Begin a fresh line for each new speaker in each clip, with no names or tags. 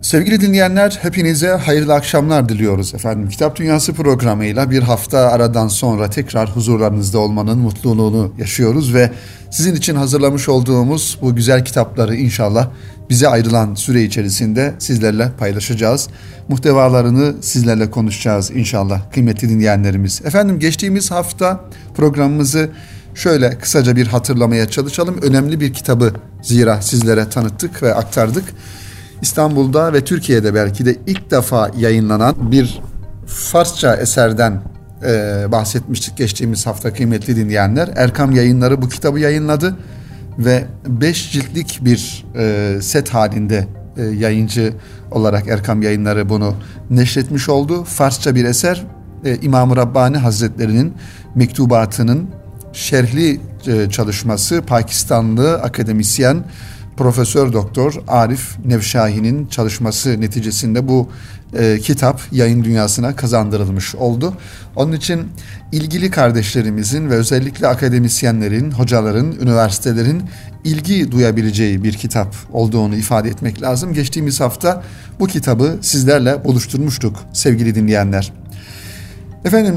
Sevgili dinleyenler, hepinize hayırlı akşamlar diliyoruz efendim. Kitap Dünyası programıyla bir hafta aradan sonra tekrar huzurlarınızda olmanın mutluluğunu yaşıyoruz ve sizin için hazırlamış olduğumuz bu güzel kitapları inşallah bize ayrılan süre içerisinde sizlerle paylaşacağız. Muhtevalarını sizlerle konuşacağız inşallah kıymetli dinleyenlerimiz. Efendim, geçtiğimiz hafta programımızı şöyle kısaca bir hatırlamaya çalışalım. Önemli bir kitabı zira sizlere tanıttık ve aktardık. İstanbul'da ve Türkiye'de belki de ilk defa yayınlanan bir Farsça eserden bahsetmiştik geçtiğimiz hafta kıymetli dinleyenler. Erkam Yayınları bu kitabı yayınladı ve 5 ciltlik bir set halinde yayıncı olarak Erkam Yayınları bunu neşretmiş oldu. Farsça bir eser, İmam-ı Rabbani Hazretleri'nin mektubatının şerhli çalışması, Pakistanlı akademisyen Profesör Doktor Arif Nevşahi'nin çalışması neticesinde bu kitap yayın dünyasına kazandırılmış oldu. Onun için ilgili kardeşlerimizin ve özellikle akademisyenlerin, hocaların, üniversitelerin ilgi duyabileceği bir kitap olduğunu ifade etmek lazım. Geçtiğimiz hafta bu kitabı sizlerle buluşturmuştuk sevgili dinleyenler. Efendim,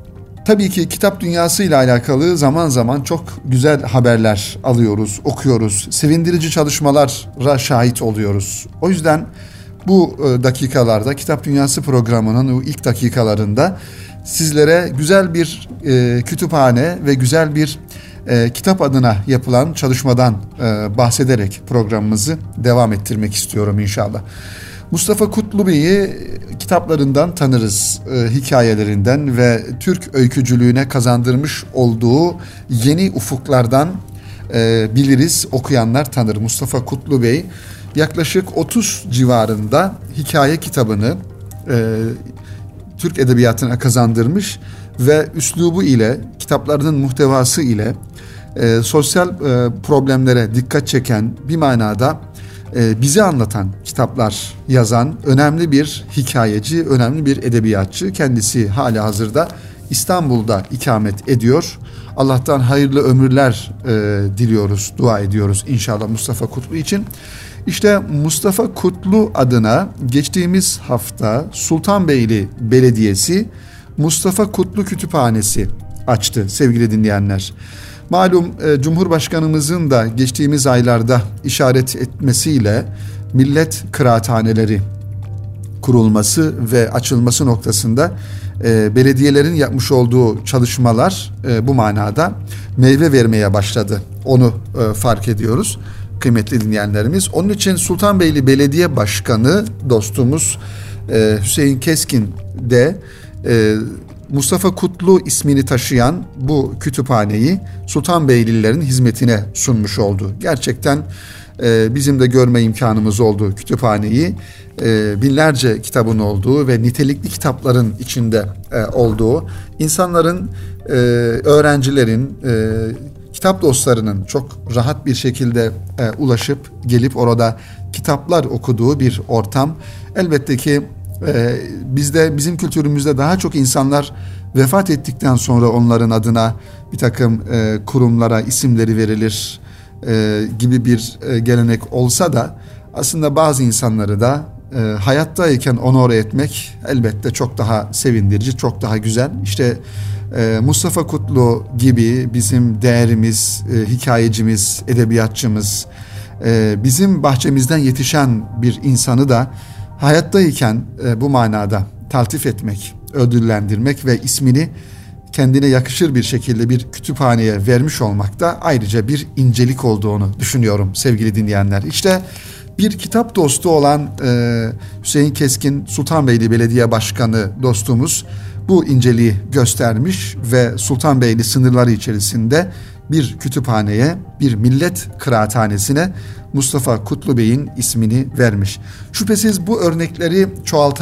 tabii ki kitap dünyasıyla alakalı zaman zaman çok güzel haberler alıyoruz, okuyoruz. Sevindirici çalışmalara şahit oluyoruz. O yüzden bu dakikalarda Kitap Dünyası programının ilk dakikalarında sizlere güzel bir kütüphane ve güzel bir kitap adına yapılan çalışmadan bahsederek programımızı devam ettirmek istiyorum inşallah. Mustafa Kutlubay'ı kitaplarından tanırız, hikayelerinden ve Türk öykücülüğüne kazandırmış olduğu yeni ufuklardan biliriz, okuyanlar tanır. Mustafa Kutlubay yaklaşık 30 civarında hikaye kitabını Türk edebiyatına kazandırmış ve üslubu ile, kitaplarının muhtevası ile sosyal problemlere dikkat çeken, bir manada bizi anlatan kitaplar yazan önemli bir hikayeci, önemli bir edebiyatçı. Kendisi hali hazırda İstanbul'da ikamet ediyor. Allah'tan hayırlı ömürler diliyoruz, dua ediyoruz inşallah Mustafa Kutlu için. İşte Mustafa Kutlu adına geçtiğimiz hafta Sultanbeyli Belediyesi Mustafa Kutlu Kütüphanesi açtı sevgili dinleyenler. Malum Cumhurbaşkanımızın da geçtiğimiz aylarda işaret etmesiyle millet kıraathaneleri kurulması ve açılması noktasında belediyelerin yapmış olduğu çalışmalar bu manada meyve vermeye başladı. Onu fark ediyoruz kıymetli dinleyenlerimiz. Onun için Sultanbeyli Belediye Başkanı dostumuz Hüseyin Keskin de Mustafa Kutlu ismini taşıyan bu kütüphaneyi Sultanbeylilerin hizmetine sunmuş oldu. Gerçekten bizim de görme imkanımız oldu kütüphaneyi. Binlerce kitabın olduğu ve nitelikli kitapların içinde olduğu, insanların, öğrencilerin, kitap dostlarının çok rahat bir şekilde ulaşıp gelip orada kitaplar okuduğu bir ortam. Elbette ki bizim kültürümüzde daha çok insanlar vefat ettikten sonra onların adına bir takım kurumlara isimleri verilir gibi bir gelenek olsa da aslında bazı insanları da hayattayken onore etmek elbette çok daha sevindirici, çok daha güzel. İşte Mustafa Kutlu gibi bizim değerimiz, hikayecimiz, edebiyatçımız, bizim bahçemizden yetişen bir insanı da hayattayken bu manada taltif etmek, ödüllendirmek ve ismini kendine yakışır bir şekilde bir kütüphaneye vermiş olmak da ayrıca bir incelik olduğunu düşünüyorum sevgili dinleyenler. İşte bir kitap dostu olan Hüseyin Keskin, Sultanbeyli Belediye Başkanı dostumuz bu inceliği göstermiş ve Sultanbeyli sınırları içerisinde bir kütüphaneye, bir millet kıraathanesine Mustafa Kutlubey'in ismini vermiş. Şüphesiz bu örnekleri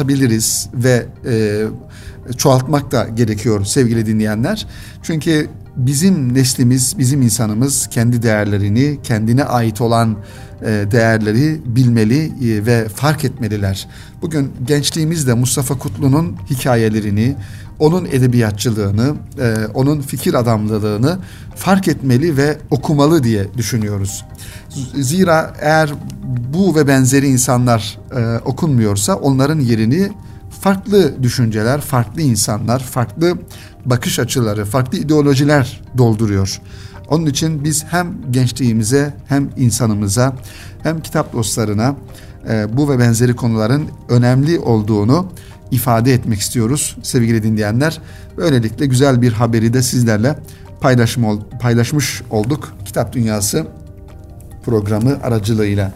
çoğaltabiliriz ve çoğaltmak da gerekiyor sevgili dinleyenler. Çünkü bizim neslimiz, bizim insanımız kendi değerlerini, kendine ait olan değerleri bilmeli ve fark etmeliler. Bugün gençliğimiz de Mustafa Kutlu'nun hikayelerini, onun edebiyatçılığını, onun fikir adamlılığını fark etmeli ve okumalı diye düşünüyoruz. Zira eğer bu ve benzeri insanlar okunmuyorsa onların yerini farklı düşünceler, farklı insanlar, farklı bakış açıları, farklı ideolojiler dolduruyor. Onun için biz hem gençliğimize hem insanımıza hem kitap dostlarına bu ve benzeri konuların önemli olduğunu ifade etmek istiyoruz sevgili dinleyenler. Böylelikle güzel bir haberi de sizlerle paylaşmış olduk Kitap Dünyası programı aracılığıyla.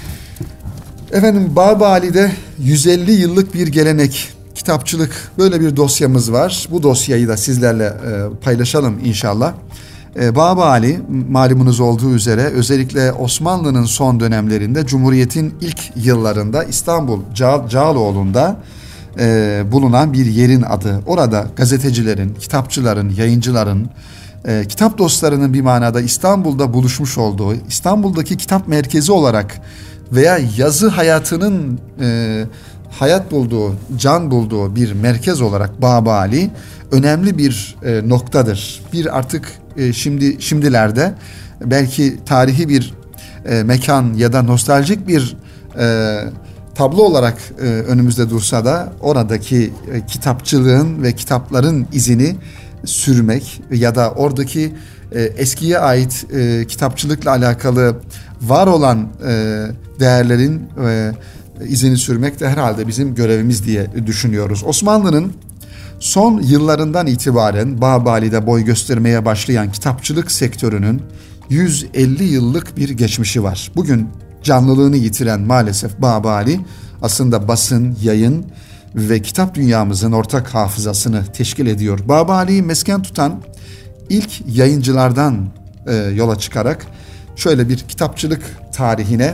Efendim Babali'de 150 yıllık bir gelenek, kitapçılık, böyle bir dosyamız var. Bu dosyayı da sizlerle paylaşalım inşallah. Babali malumunuz olduğu üzere özellikle Osmanlı'nın son dönemlerinde, Cumhuriyet'in ilk yıllarında İstanbul Cağaloğlu'nda bulunan bir yerin adı. Orada gazetecilerin, kitapçıların, yayıncıların, kitap dostlarının bir manada İstanbul'da buluşmuş olduğu, İstanbul'daki kitap merkezi olarak veya yazı hayatının hayat bulduğu, can bulduğu bir merkez olarak Babali önemli bir noktadır. Bir artık şimdilerde belki tarihi bir mekan ya da nostaljik bir tablo olarak önümüzde dursa da oradaki kitapçılığın ve kitapların izini sürmek ya da oradaki eskiye ait kitapçılıkla alakalı var olan değerlerin izini sürmek de herhalde bizim görevimiz diye düşünüyoruz. Osmanlı'nın son yıllarından itibaren Babali'de boy göstermeye başlayan kitapçılık sektörünün 150 yıllık bir geçmişi var. Bugün canlılığını yitiren maalesef Babali aslında basın, yayın ve kitap dünyamızın ortak hafızasını teşkil ediyor. Babali'yi mesken tutan ilk yayıncılardan yola çıkarak şöyle bir kitapçılık tarihine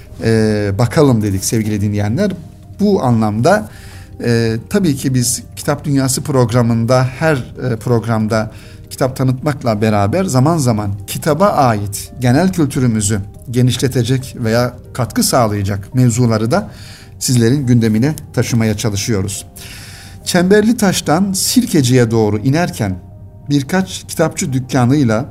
bakalım dedik sevgili dinleyenler. Bu anlamda tabii ki biz Kitap Dünyası programında her programda kitap tanıtmakla beraber zaman zaman kitaba ait genel kültürümüzü genişletecek veya katkı sağlayacak mevzuları da sizlerin gündemine taşımaya çalışıyoruz. Çemberlitaş'tan Sirkeci'ye doğru inerken birkaç kitapçı dükkanıyla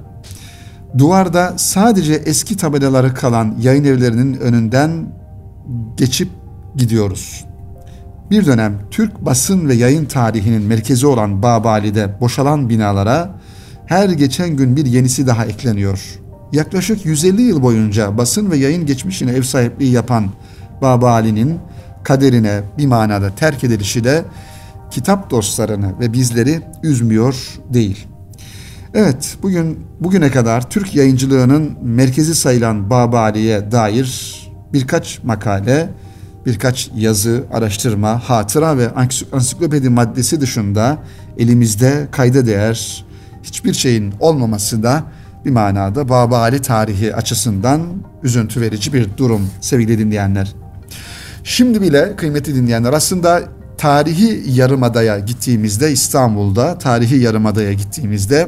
duvarda sadece eski tabelaları kalan yayın evlerinin önünden geçip gidiyoruz. Bir dönem Türk basın ve yayın tarihinin merkezi olan Babali'de boşalan binalara her geçen gün bir yenisi daha ekleniyor. Yaklaşık 150 yıl boyunca basın ve yayın geçmişine ev sahipliği yapan Babali'nin kaderine bir manada terk edilişi de kitap dostlarını ve bizleri üzmüyor değil. Evet, bugüne kadar Türk yayıncılığının merkezi sayılan Babali'ye dair birkaç makale, birkaç yazı, araştırma, hatıra ve ansiklopedi maddesi dışında elimizde kayda değer hiçbir şeyin olmaması da bir manada Babali tarihi açısından üzüntü verici bir durum sevgili dinleyenler. Şimdi bile kıymetli dinleyenler aslında tarihi yarımadaya gittiğimizde, İstanbul'da tarihi yarımadaya gittiğimizde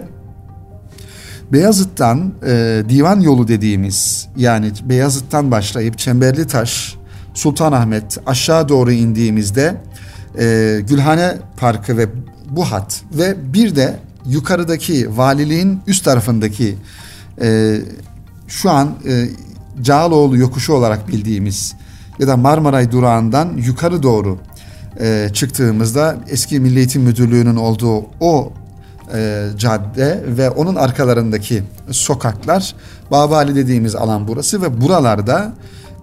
Beyazıt'tan Divan Yolu dediğimiz, yani Beyazıt'tan başlayıp Çemberlitaş, Sultanahmet aşağı doğru indiğimizde Gülhane Parkı ve bu hat ve bir de yukarıdaki valiliğin üst tarafındaki şu an Cağaloğlu yokuşu olarak bildiğimiz ya da Marmaray durağından yukarı doğru çıktığımızda eski Milli Eğitim Müdürlüğü'nün olduğu o cadde ve onun arkalarındaki sokaklar, Babali dediğimiz alan burası ve buralarda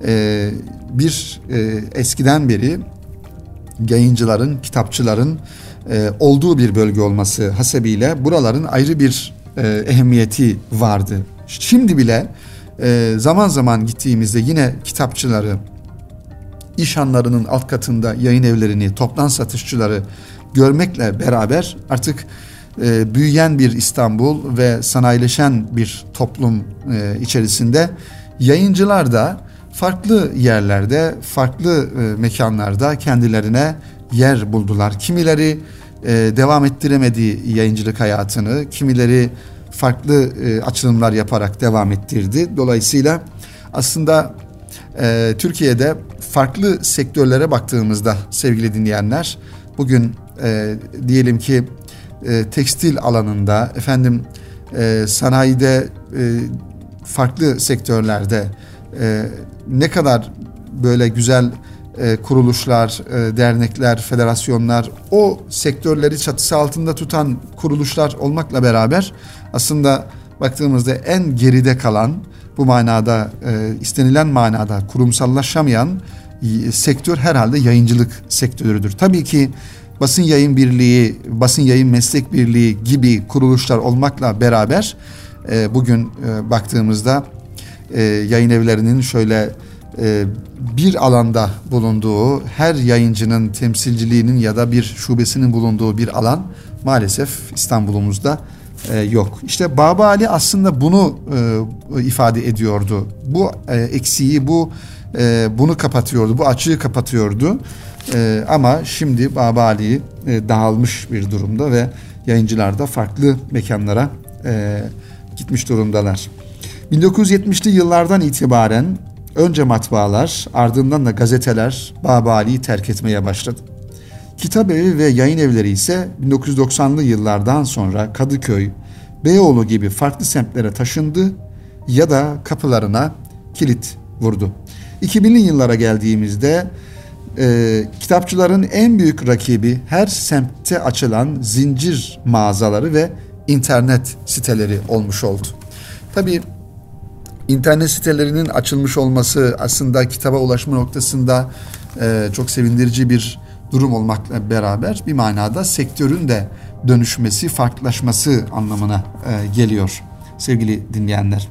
eskiden beri yayıncıların, kitapçıların olduğu bir bölge olması hasebiyle buraların ayrı bir ehemmiyeti vardı. Şimdi bile zaman zaman gittiğimizde yine kitapçıları, iş hanlarının alt katında yayın evlerini, toptan satışçıları görmekle beraber artık büyüyen bir İstanbul ve sanayileşen bir toplum içerisinde yayıncılar da farklı yerlerde, farklı mekanlarda kendilerine yer buldular. Kimileri devam ettiremedi yayıncılık hayatını, kimileri farklı açılımlar yaparak devam ettirdi. Dolayısıyla aslında Türkiye'de farklı sektörlere baktığımızda sevgili dinleyenler, bugün diyelim ki tekstil alanında, sanayide, farklı sektörlerde ne kadar böyle güzel kuruluşlar, dernekler, federasyonlar, o sektörleri çatısı altında tutan kuruluşlar olmakla beraber aslında baktığımızda en geride kalan, bu manada istenilen manada kurumsallaşamayan sektör herhalde yayıncılık sektörüdür. Tabii ki basın yayın birliği, basın yayın meslek birliği gibi kuruluşlar olmakla beraber bugün baktığımızda yayın evlerinin şöyle bir alanda bulunduğu, her yayıncının temsilciliğinin ya da bir şubesinin bulunduğu bir alan maalesef İstanbul'umuzda yok. İşte Babali aslında bunu ifade ediyordu. Bu eksiği, bunu kapatıyordu, bu açığı kapatıyordu. Ama şimdi Babali dağılmış bir durumda ve yayıncılar da farklı mekanlara gitmiş durumdalar. 1970'li yıllardan itibaren önce matbaalar, ardından da gazeteler Babali'yi terk etmeye başladı. Kitabevi ve yayın evleri ise 1990'lı yıllardan sonra Kadıköy, Beyoğlu gibi farklı semtlere taşındı ya da kapılarına kilit vurdu. 2000'li yıllara geldiğimizde kitapçıların en büyük rakibi her semtte açılan zincir mağazaları ve internet siteleri olmuş oldu. Tabii internet sitelerinin açılmış olması aslında kitaba ulaşma noktasında çok sevindirici bir durum olmakla beraber bir manada sektörün de dönüşmesi, farklılaşması anlamına geliyor sevgili dinleyenler.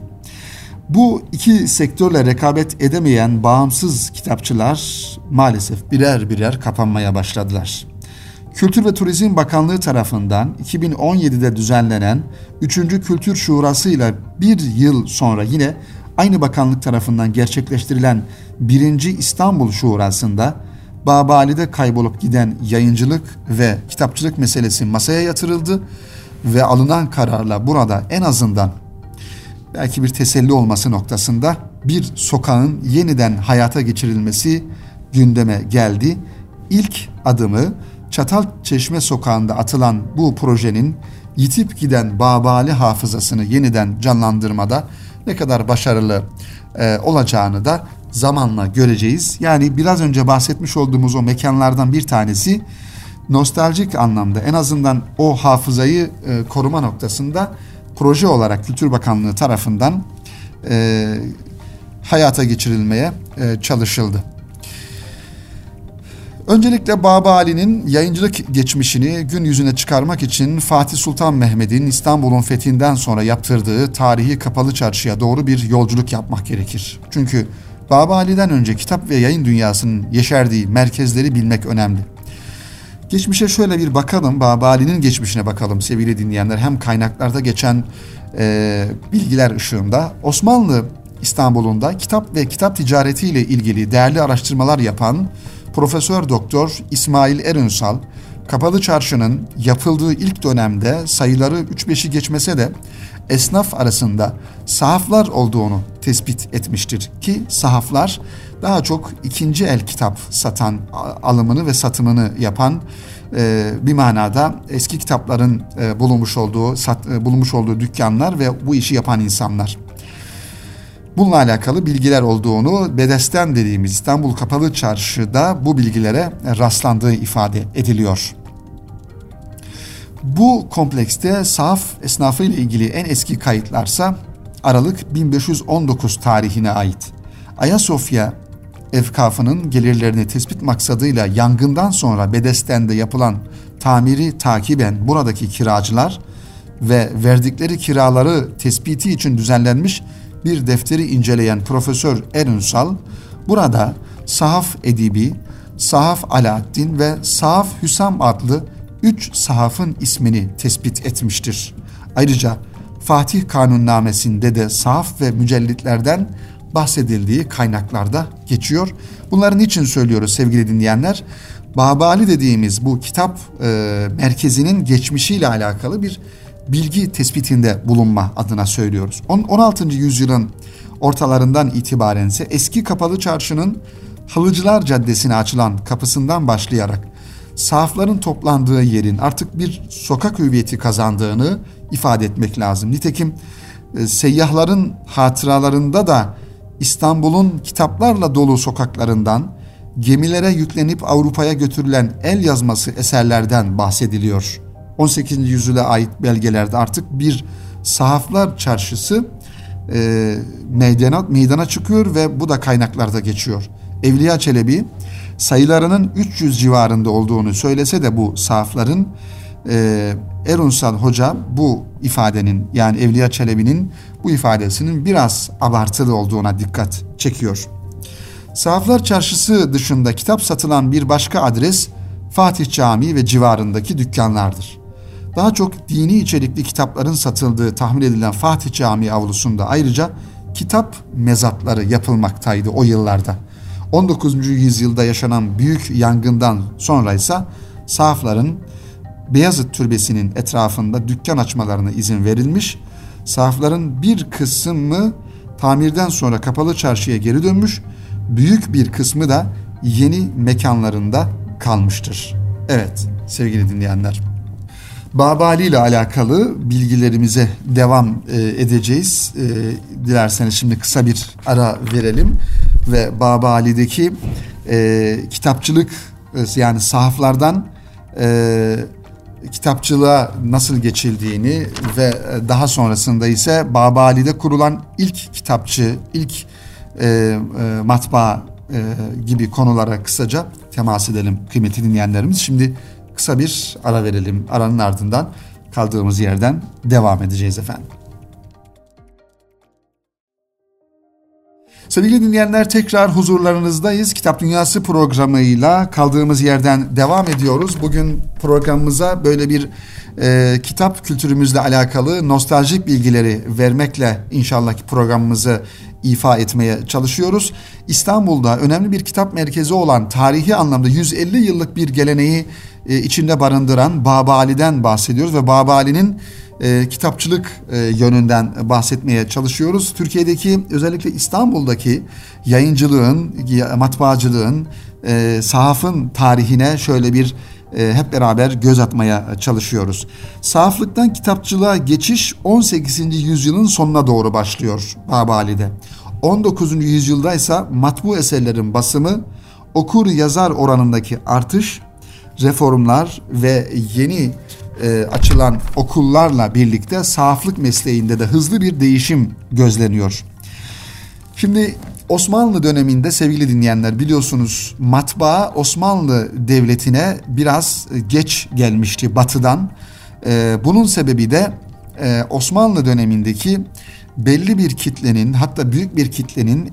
Bu iki sektörle rekabet edemeyen bağımsız kitapçılar maalesef birer birer kapanmaya başladılar. Kültür ve Turizm Bakanlığı tarafından 2017'de düzenlenen 3. Kültür Şurası ile bir yıl sonra yine aynı bakanlık tarafından gerçekleştirilen 1. İstanbul Şurası'nda Babali'de kaybolup giden yayıncılık ve kitapçılık meselesi masaya yatırıldı ve alınan kararla burada en azından belki bir teselli olması noktasında bir sokağın yeniden hayata geçirilmesi gündeme geldi. İlk adımı Çatalçeşme Sokağı'nda atılan bu projenin yitip giden Babali hafızasını yeniden canlandırmada ne kadar başarılı olacağını da zamanla göreceğiz. Yani biraz önce bahsetmiş olduğumuz o mekanlardan bir tanesi nostaljik anlamda en azından o hafızayı koruma noktasında proje olarak Kültür Bakanlığı tarafından hayata geçirilmeye çalışıldı. Öncelikle Babali'nin yayıncılık geçmişini gün yüzüne çıkarmak için Fatih Sultan Mehmet'in İstanbul'un fethinden sonra yaptırdığı tarihi Kapalı Çarşı'ya doğru bir yolculuk yapmak gerekir. Çünkü Babali'den önce kitap ve yayın dünyasının yeşerdiği merkezleri bilmek önemli. Geçmişe şöyle bir bakalım, Babali'nin geçmişine bakalım sevgili dinleyenler. Hem kaynaklarda geçen bilgiler ışığında Osmanlı İstanbul'unda kitap ve kitap ticaretiyle ilgili değerli araştırmalar yapan Profesör Doktor İsmail Erünsal, Kapalı Çarşı'nın yapıldığı ilk dönemde sayıları 3-5'i geçmese de esnaf arasında sahaflar olduğunu tespit etmiştir ki sahaflar daha çok ikinci el kitap satan, alımını ve satımını yapan bir manada eski kitapların bulunmuş olduğu dükkanlar ve bu işi yapan insanlar. Bununla alakalı bilgiler olduğunu Bedesten dediğimiz İstanbul Kapalı Çarşı'da bu bilgilere rastlandığı ifade ediliyor. Bu komplekste sahaf esnafı ile ilgili en eski kayıtlarsa Aralık 1519 tarihine ait. Ayasofya evkafının gelirlerini tespit maksadıyla yangından sonra Bedesten'de yapılan tamiri takiben buradaki kiracılar ve verdikleri kiraları tespiti için düzenlenmiş bir defteri inceleyen Profesör Erünsal, burada Sahaf Edibi, Sahaf Alaaddin ve Sahaf Hüsam adlı 3 sahafın ismini tespit etmiştir. Ayrıca Fatih Kanunnamesi'nde de sahaf ve mücellitlerden bahsedildiği kaynaklarda geçiyor. Bunları niçin söylüyoruz sevgili dinleyenler? Babali dediğimiz bu kitap merkezinin geçmişiyle alakalı bir bilgi tespitinde bulunma adına söylüyoruz. 16. yüzyılın ortalarından itibaren ise eski Kapalı Çarşı'nın Halıcılar Caddesi'ne açılan kapısından başlayarak sahafların toplandığı yerin artık bir sokak hüviyeti kazandığını ifade etmek lazım. Nitekim seyyahların hatıralarında da İstanbul'un kitaplarla dolu sokaklarından gemilere yüklenip Avrupa'ya götürülen el yazması eserlerden bahsediliyor. 18. yüzyıla ait belgelerde artık bir sahaflar çarşısı meydana çıkıyor ve bu da kaynaklarda geçiyor. Evliya Çelebi sayılarının 300 civarında olduğunu söylese de bu sahafların Erunsal Hoca bu ifadenin, yani Evliya Çelebi'nin bu ifadesinin biraz abartılı olduğuna dikkat çekiyor. Sahaflar Çarşısı dışında kitap satılan bir başka adres Fatih Camii ve civarındaki dükkanlardır. Daha çok dini içerikli kitapların satıldığı tahmin edilen Fatih Camii avlusunda ayrıca kitap mezatları yapılmaktaydı o yıllarda. 19. yüzyılda yaşanan büyük yangından sonra ise sahafların Beyazıt Türbesi'nin etrafında dükkan açmalarına izin verilmiş. Sahafların bir kısmı tamirden sonra Kapalı Çarşı'ya geri dönmüş, büyük bir kısmı da yeni mekanlarında kalmıştır. Evet sevgili dinleyenler, Baba Ali ile alakalı bilgilerimize devam edeceğiz. Dilerseniz şimdi kısa bir ara verelim ve Baba Ali'deki kitapçılık, yani sahaflardan kitapçılığa nasıl geçildiğini ve daha sonrasında ise Baba Ali'de kurulan ilk kitapçı, ilk matbaa gibi konulara kısaca temas edelim kıymetli dinleyenlerimiz. Şimdi kısa bir ara verelim. Aranın ardından kaldığımız yerden devam edeceğiz efendim. Sevgili dinleyenler, tekrar huzurlarınızdayız. Kitap Dünyası programıyla kaldığımız yerden devam ediyoruz. Bugün programımıza böyle bir kitap kültürümüzle alakalı nostaljik bilgileri vermekle inşallah ki programımızı ifa etmeye çalışıyoruz. İstanbul'da önemli bir kitap merkezi olan, tarihi anlamda 150 yıllık bir geleneği içinde barındıran Baba Ali'den bahsediyoruz ve Baba Ali'nin kitapçılık yönünden bahsetmeye çalışıyoruz. Türkiye'deki, özellikle İstanbul'daki yayıncılığın, matbaacılığın, sahafın tarihine şöyle bir hep beraber göz atmaya çalışıyoruz. Sahaflıktan kitapçılığa geçiş 18. yüzyılın sonuna doğru başlıyor Baba Ali'de. 19. yüzyılda ise matbu eserlerin basımı, okur yazar oranındaki artış, reformlar ve yeni açılan okullarla birlikte sahaflık mesleğinde de hızlı bir değişim gözleniyor. Şimdi Osmanlı döneminde sevgili dinleyenler, biliyorsunuz matbaa Osmanlı Devleti'ne biraz geç gelmişti batıdan. Bunun sebebi de Osmanlı dönemindeki belli bir kitlenin, hatta büyük bir kitlenin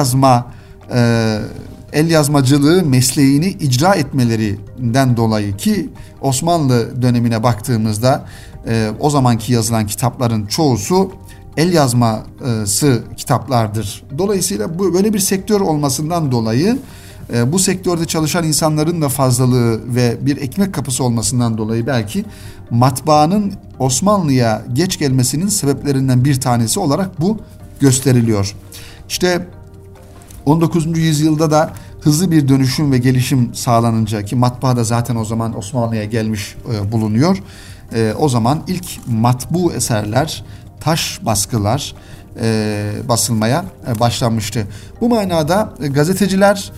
el yazmacılığı mesleğini icra etmelerinden dolayı, ki Osmanlı dönemine baktığımızda o zamanki yazılan kitapların çoğusu el yazması kitaplardır. Dolayısıyla bu böyle bir sektör olmasından dolayı, bu sektörde çalışan insanların da fazlalığı ve bir ekmek kapısı olmasından dolayı belki matbaanın Osmanlı'ya geç gelmesinin sebeplerinden bir tanesi olarak bu gösteriliyor. İşte 19. yüzyılda da hızlı bir dönüşüm ve gelişim sağlanınca, ki matbaa da zaten o zaman Osmanlı'ya gelmiş bulunuyor. O zaman ilk matbu eserler, taş baskılar basılmaya başlanmıştı. Bu manada gazeteciler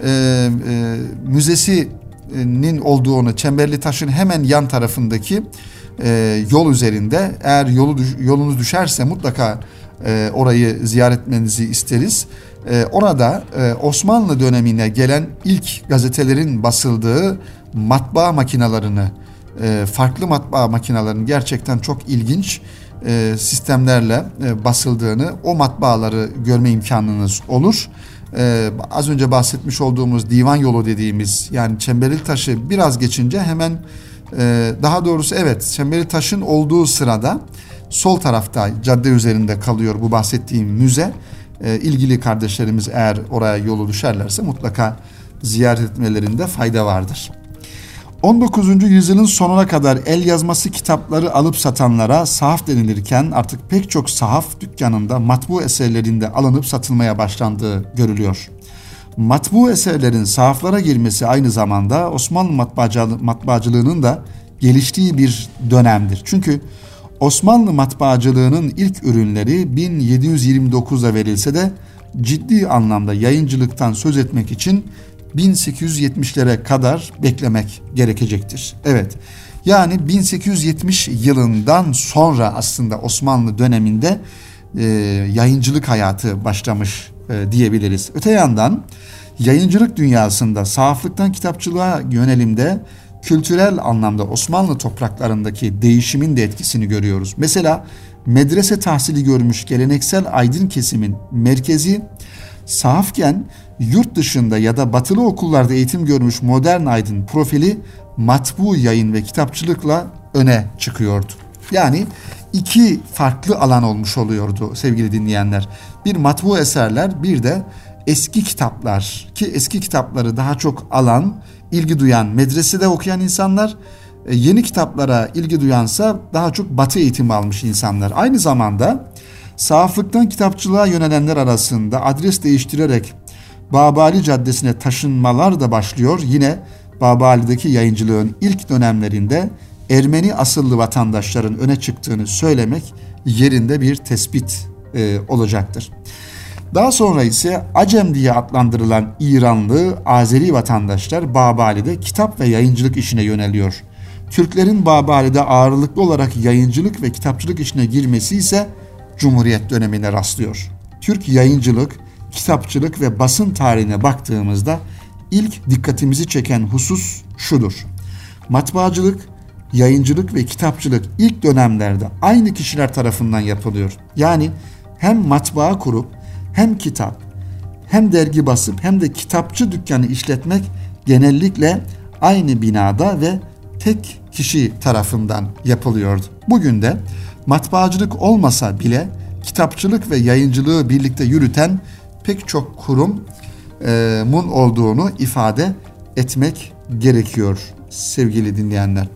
müzesinin olduğunu, Çemberli Taş'ın hemen yan tarafındaki yol üzerinde, eğer yolunuz düşerse mutlaka orayı ziyaret etmenizi isteriz. Orada Osmanlı dönemine gelen ilk gazetelerin basıldığı matbaa makinalarını, farklı matbaa makinalarının gerçekten çok ilginç sistemlerle basıldığını, o matbaaları görme imkanınız olur. Az önce bahsetmiş olduğumuz divan yolu dediğimiz, yani Çemberli Taş'ı biraz geçince hemen, daha doğrusu evet, Çemberli Taş'ın olduğu sırada sol tarafta cadde üzerinde kalıyor bu bahsettiğim müze. İlgili kardeşlerimiz eğer oraya yolu düşerlerse mutlaka ziyaret etmelerinde fayda vardır. 19. yüzyılın sonuna kadar el yazması kitapları alıp satanlara sahaf denilirken artık pek çok sahaf dükkanında matbu eserlerinde alınıp satılmaya başlandığı görülüyor. Matbu eserlerin sahaflara girmesi aynı zamanda Osmanlı matbaacılığının da geliştiği bir dönemdir. Çünkü Osmanlı matbaacılığının ilk ürünleri 1729'da verilse de ciddi anlamda yayıncılıktan söz etmek için 1870'lere kadar beklemek gerekecektir. Evet, yani 1870 yılından sonra aslında Osmanlı döneminde yayıncılık hayatı başlamış diyebiliriz. Öte yandan yayıncılık dünyasında sahaflıktan kitapçılığa yönelimde kültürel anlamda Osmanlı topraklarındaki değişimin de etkisini görüyoruz. Mesela medrese tahsili görmüş geleneksel aydın kesimin merkezi sahafken yurt dışında ya da batılı okullarda eğitim görmüş modern aydın profili matbu yayın ve kitapçılıkla öne çıkıyordu. Yani iki farklı alan olmuş oluyordu sevgili dinleyenler. Bir matbu eserler, bir de eski kitaplar, ki eski kitapları daha çok alan, ilgi duyan medresede okuyan insanlar, yeni kitaplara ilgi duyansa daha çok batı eğitimi almış insanlar. Aynı zamanda sahaflıktan kitapçılığa yönelenler arasında adres değiştirerek Babali Caddesi'ne taşınmalar da başlıyor. Yine Babali'deki yayıncılığın ilk dönemlerinde Ermeni asıllı vatandaşların öne çıktığını söylemek yerinde bir tespit olacaktır. Daha sonra ise Acem diye adlandırılan İranlı, Azeri vatandaşlar Babali'de kitap ve yayıncılık işine yöneliyor. Türklerin Babali'de ağırlıklı olarak yayıncılık ve kitapçılık işine girmesi ise Cumhuriyet dönemine rastlıyor. Türk yayıncılık, kitapçılık ve basın tarihine baktığımızda ilk dikkatimizi çeken husus şudur: matbaacılık, yayıncılık ve kitapçılık ilk dönemlerde aynı kişiler tarafından yapılıyor. Yani hem matbaa kurup hem kitap, hem dergi basıp hem de kitapçı dükkanı işletmek genellikle aynı binada ve tek kişi tarafından yapılıyordu. Bugün de matbaacılık olmasa bile kitapçılık ve yayıncılığı birlikte yürüten pek çok kurumun olduğunu ifade etmek gerekiyor sevgili dinleyenler.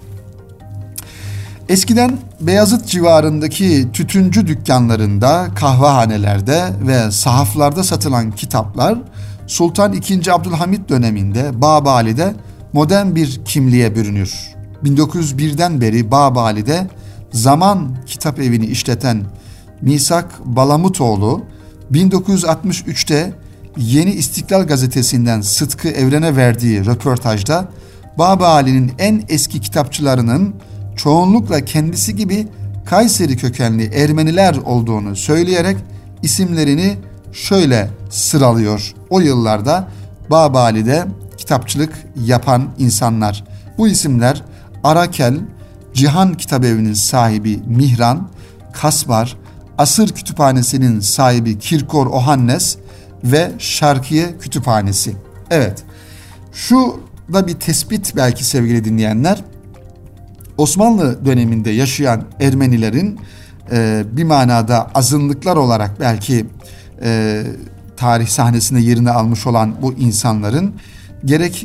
Eskiden Beyazıt civarındaki tütüncü dükkanlarında, kahvehanelerde ve sahaflarda satılan kitaplar Sultan II. Abdülhamit döneminde Babali'de modern bir kimliğe bürünür. 1901'den beri Babali'de Zaman Kitap Evi'ni işleten Misak Balamutoğlu 1963'te Yeni İstiklal Gazetesi'nden Sıtkı Evren'e verdiği röportajda Babali'nin en eski kitapçılarının çoğunlukla kendisi gibi Kayseri kökenli Ermeniler olduğunu söyleyerek isimlerini şöyle sıralıyor. O yıllarda Babali'de kitapçılık yapan insanlar. Bu isimler Arakel, Cihan Kitabevi'nin sahibi Mihran, Kasbar, Asır Kütüphanesi'nin sahibi Kirkor Ohannes ve Şarkiye Kütüphanesi. Evet, şu da bir tespit belki sevgili dinleyenler. Osmanlı döneminde yaşayan Ermenilerin bir manada azınlıklar olarak belki tarih sahnesinde yerini almış olan bu insanların gerek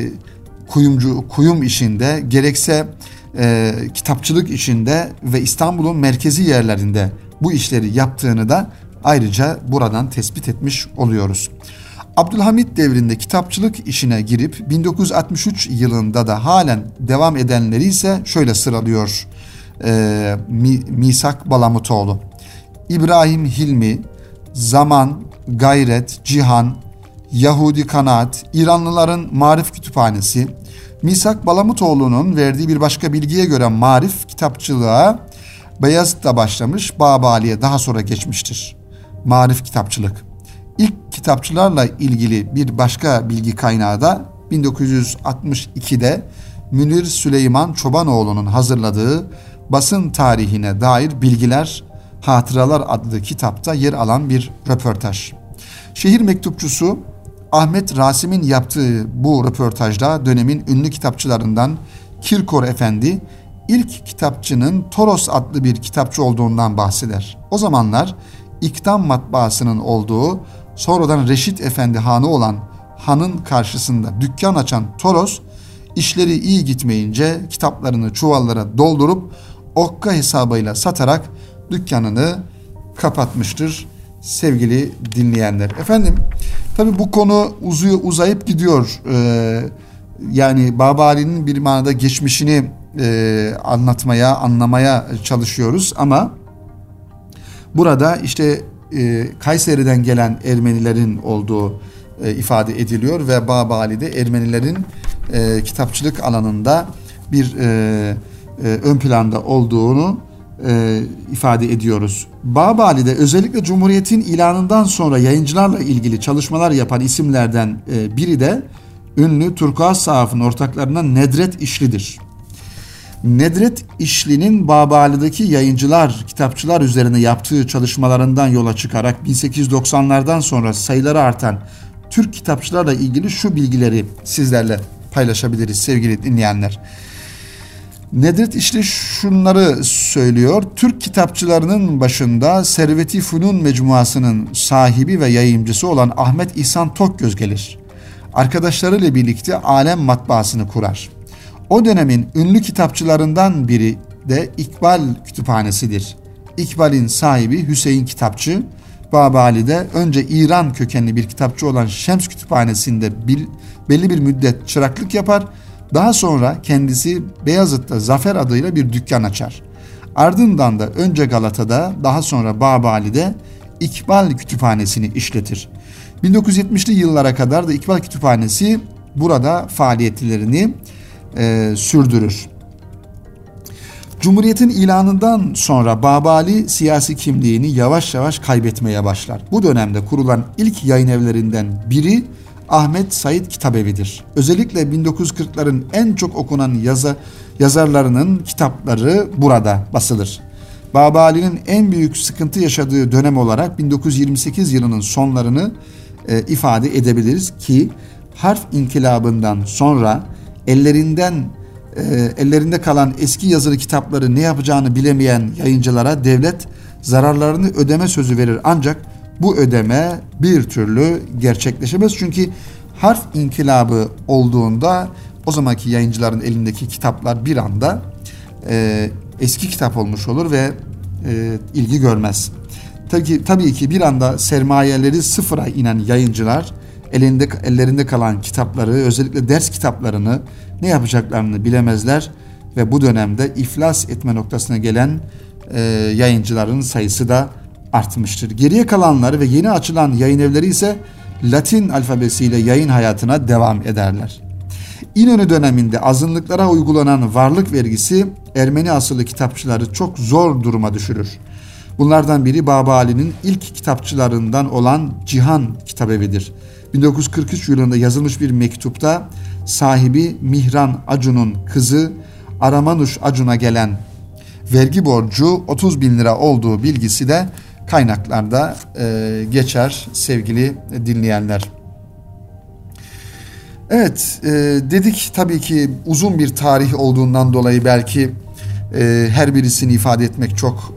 kuyum işinde gerekse kitapçılık işinde ve İstanbul'un merkezi yerlerinde bu işleri yaptığını da ayrıca buradan tespit etmiş oluyoruz. Abdülhamit devrinde kitapçılık işine girip 1963 yılında da halen devam edenleri ise şöyle sıralıyor Misak Balamutoğlu. İbrahim Hilmi, Zaman, Gayret, Cihan, Yahudi Kanaat, İranlıların Marif Kütüphanesi. Misak Balamutoğlu'nun verdiği bir başka bilgiye göre Marif kitapçılığa Beyazıt'ta başlamış, Babali'ye daha sonra geçmiştir. Marif kitapçılık. İlk kitapçılarla ilgili bir başka bilgi kaynağı da 1962'de Münir Süleyman Çobanoğlu'nun hazırladığı basın tarihine dair bilgiler, Hatıralar adlı kitapta yer alan bir röportaj. Şehir mektupçusu Ahmet Rasim'in yaptığı bu röportajda dönemin ünlü kitapçılarından Kirkor Efendi, ilk kitapçının Toros adlı bir kitapçı olduğundan bahseder. O zamanlar İktam matbaasının olduğu, sonradan Reşit Efendi Hanı olan hanın karşısında dükkan açan Toros, İşleri iyi gitmeyince kitaplarını çuvallara doldurup okka hesabıyla satarak dükkanını kapatmıştır sevgili dinleyenler. Efendim tabi bu konu uzayıp gidiyor. Yani Babali'nin bir manada geçmişini anlamaya çalışıyoruz ama burada işte Kayseri'den gelen Ermenilerin olduğu ifade ediliyor ve Babali'de Ermenilerin kitapçılık alanında bir ön planda olduğunu ifade ediyoruz. Babali'de özellikle Cumhuriyet'in ilanından sonra yayıncılarla ilgili çalışmalar yapan isimlerden biri de ünlü Turkuaz sahafının ortaklarından Nedret İşli'dir. Nedret İşli'nin Babali'deki yayıncılar, kitapçılar üzerine yaptığı çalışmalarından yola çıkarak 1890'lardan sonra sayıları artan Türk kitapçılarla ilgili şu bilgileri sizlerle paylaşabiliriz sevgili dinleyenler. Nedret İşli şunları söylüyor. Türk kitapçılarının başında Servet-i Fünun Mecmuası'nın sahibi ve yayımcısı olan Ahmet İhsan Tokgöz gelir. Arkadaşlarıyla birlikte Alem Matbaası'nı kurar. O dönemin ünlü kitapçılarından biri de İkbal Kütüphanesi'dir. İkbal'in sahibi Hüseyin Kitapçı, Babali'de önce İran kökenli bir kitapçı olan Şems Kütüphanesi'nde belli bir müddet çıraklık yapar. Daha sonra kendisi Beyazıt'ta Zafer adıyla bir dükkan açar. Ardından da önce Galata'da daha sonra Babali'de İkbal Kütüphanesi'ni işletir. 1970'li yıllara kadar da İkbal Kütüphanesi burada faaliyetlerini sürdürür. Cumhuriyet'in ilanından sonra Babali siyasi kimliğini yavaş yavaş kaybetmeye başlar. Bu dönemde kurulan ilk yayın evlerinden biri Ahmet Said Kitabevi'dir. Özellikle 1940'ların en çok okunan yazarlarının kitapları burada basılır. Babali'nin en büyük sıkıntı yaşadığı dönem olarak 1928 yılının sonlarını ifade edebiliriz ki harf inkılabından sonra ellerinde kalan eski yazılı kitapları ne yapacağını bilemeyen yayıncılara devlet zararlarını ödeme sözü verir, ancak bu ödeme bir türlü gerçekleşemez. Çünkü harf inkılabı olduğunda o zamanki yayıncıların elindeki kitaplar bir anda eski kitap olmuş olur ve ilgi görmez. Tabii ki bir anda sermayeleri sıfıra inen yayıncılar ellerinde kalan kitapları, özellikle ders kitaplarını ne yapacaklarını bilemezler ve bu dönemde iflas etme noktasına gelen yayıncıların sayısı da artmıştır. Geriye kalanları ve yeni açılan yayın evleri ise Latin alfabesiyle yayın hayatına devam ederler. İnönü döneminde azınlıklara uygulanan varlık vergisi Ermeni asıllı kitapçıları çok zor duruma düşürür. Bunlardan biri Babali'nin ilk kitapçılarından olan Cihan Kitabevi'dir. 1943 yılında yazılmış bir mektupta sahibi Mihran Acun'un kızı Aramanuş Acun'a gelen vergi borcu 30 bin lira olduğu bilgisi de kaynaklarda geçer sevgili dinleyenler. Evet, dedik tabii ki uzun bir tarih olduğundan dolayı belki her birisini ifade etmek çok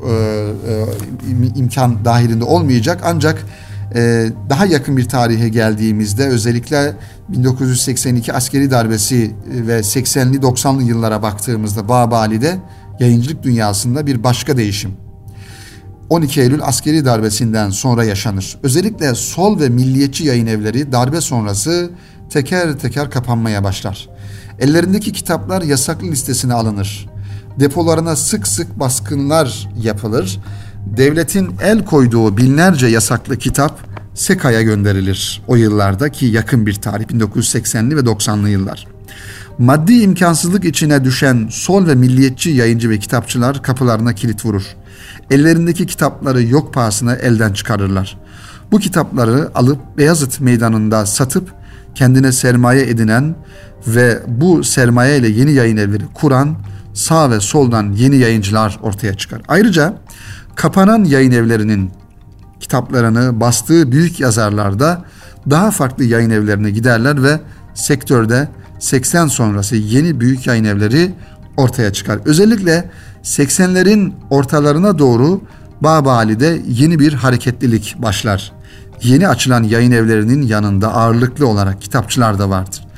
imkan dahilinde olmayacak, ancak daha yakın bir tarihe geldiğimizde özellikle 1982 askeri darbesi ve 80'li 90'lı yıllara baktığımızda Babali'de yayıncılık dünyasında bir başka değişim 12 Eylül askeri darbesinden sonra yaşanır. Özellikle sol ve milliyetçi yayın evleri darbe sonrası teker teker kapanmaya başlar. Ellerindeki kitaplar yasaklı listesine alınır. Depolarına sık sık baskınlar yapılır. Devletin el koyduğu binlerce yasaklı kitap SEKA'ya gönderilir. O yıllardaki yakın bir tarih 1980'li ve 90'lı yıllar. Maddi imkansızlık içine düşen sol ve milliyetçi yayıncı ve kitapçılar kapılarına kilit vurur. Ellerindeki kitapları yok pahasına elden çıkarırlar. Bu kitapları alıp Beyazıt Meydanı'nda satıp kendine sermaye edinen ve bu sermaye ile yeni yayın evleri kuran sağ ve soldan yeni yayıncılar ortaya çıkar. Ayrıca kapanan yayın evlerinin kitaplarını bastığı büyük yazarlar da daha farklı yayın evlerine giderler ve sektörde 80 sonrası yeni büyük yayın evleri ortaya çıkar. Özellikle 80'lerin ortalarına doğru Babali'de yeni bir hareketlilik başlar. Yeni açılan yayın evlerinin yanında ağırlıklı olarak kitapçılar da vardır.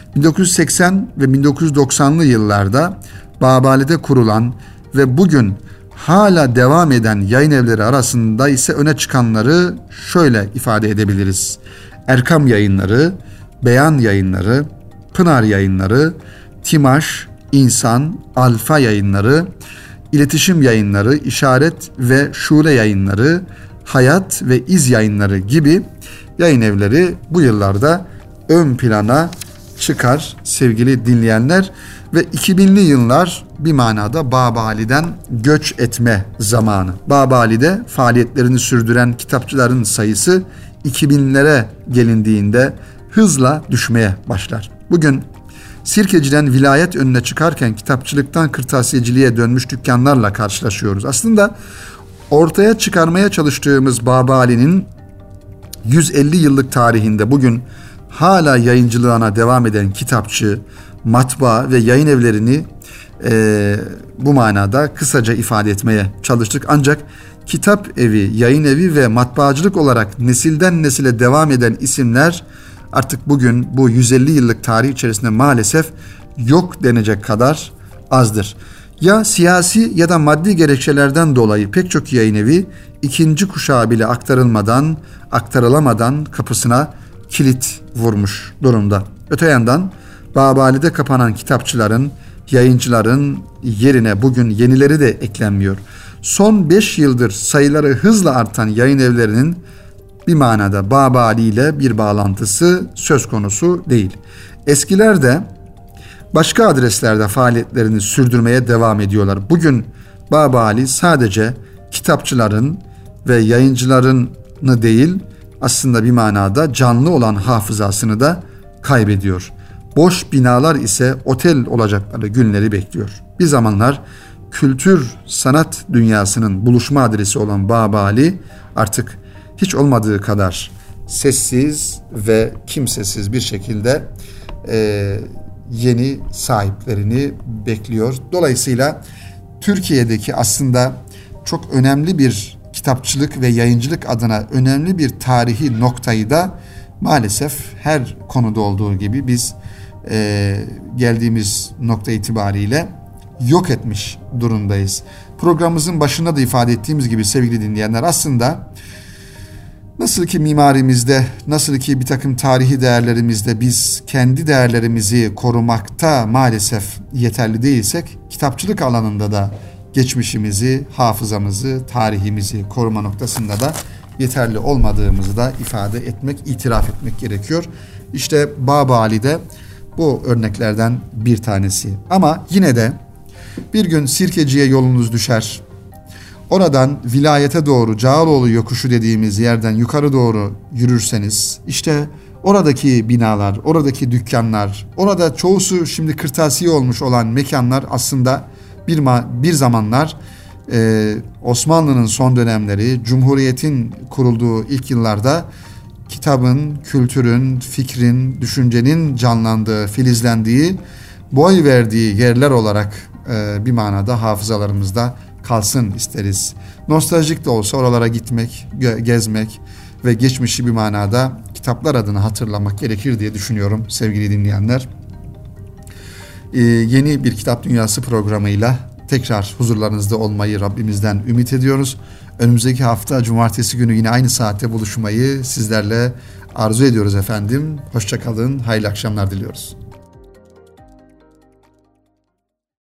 1980 ve 1990'lı yıllarda Babali'de kurulan ve bugün hala devam eden yayın evleri arasında ise öne çıkanları şöyle ifade edebiliriz. Erkam Yayınları, Beyan Yayınları, Pınar Yayınları, Timaş, İnsan, Alfa Yayınları, İletişim Yayınları, İşaret ve Şule Yayınları, Hayat ve İz Yayınları gibi yayın evleri bu yıllarda ön plana çıkar sevgili dinleyenler ve 2000'li yıllar bir manada Babali'den göç etme zamanı. Babali'de faaliyetlerini sürdüren kitapçıların sayısı 2000'lere gelindiğinde hızla düşmeye başlar. Bugün Sirkeci'den vilayet önüne çıkarken kitapçılıktan kırtasiyeciliğe dönmüş dükkanlarla karşılaşıyoruz. Aslında ortaya çıkarmaya çalıştığımız Babali'nin 150 yıllık tarihinde bugün hala yayıncılığına devam eden kitapçı, matbaa ve yayın evlerini bu manada kısaca ifade etmeye çalıştık. Ancak kitap evi, yayın evi ve matbaacılık olarak nesilden nesile devam eden isimler artık bugün bu 150 yıllık tarih içerisinde maalesef yok denecek kadar azdır. Ya siyasi ya da maddi gerekçelerden dolayı pek çok yayın evi ikinci kuşağa bile aktarılamadan kapısına kilit vurmuş durumda. Öte yandan Babali'de kapanan kitapçıların, yayıncıların yerine bugün yenileri de eklenmiyor. Son 5 yıldır sayıları hızla artan yayın evlerinin bir manada Babali ile bir bağlantısı söz konusu değil. Eskiler de başka adreslerde faaliyetlerini sürdürmeye devam ediyorlar. Bugün Babali sadece kitapçıların ve yayıncılarını değil, aslında bir manada canlı olan hafızasını da kaybediyor. Boş binalar ise otel olacakları günleri bekliyor. Bir zamanlar kültür sanat dünyasının buluşma adresi olan Babali artık hiç olmadığı kadar sessiz ve kimsesiz bir şekilde yeni sahiplerini bekliyor. Dolayısıyla Türkiye'deki aslında çok önemli bir kitapçılık ve yayıncılık adına önemli bir tarihi noktayı da maalesef her konuda olduğu gibi biz geldiğimiz nokta itibariyle yok etmiş durumdayız. Programımızın başında da ifade ettiğimiz gibi sevgili dinleyenler, aslında nasıl ki mimarimizde, nasıl ki bir takım tarihi değerlerimizde biz kendi değerlerimizi korumakta maalesef yeterli değilsek, kitapçılık alanında da geçmişimizi, hafızamızı, tarihimizi koruma noktasında da yeterli olmadığımızı da ifade etmek, itiraf etmek gerekiyor. İşte Babali'de bu örneklerden bir tanesi. Ama yine de bir gün Sirkeci'ye yolunuz düşer, oradan vilayete doğru Cağaloğlu yokuşu dediğimiz yerden yukarı doğru yürürseniz, işte oradaki binalar, oradaki dükkanlar, orada çoğusu şimdi kırtasiye olmuş olan mekanlar aslında bir zamanlar Osmanlı'nın son dönemleri, Cumhuriyet'in kurulduğu ilk yıllarda kitabın, kültürün, fikrin, düşüncenin canlandığı, filizlendiği, boy verdiği yerler olarak bir manada hafızalarımızda kalsın isteriz. Nostaljik de olsa oralara gitmek, gezmek ve geçmişi bir manada kitaplar adına hatırlamak gerekir diye düşünüyorum sevgili dinleyenler. Yeni bir Kitap Dünyası programıyla tekrar huzurlarınızda olmayı Rabbimizden ümit ediyoruz. Önümüzdeki hafta cumartesi günü yine aynı saatte buluşmayı sizlerle arzu ediyoruz efendim. Hoşça kalın, hayırlı akşamlar diliyoruz.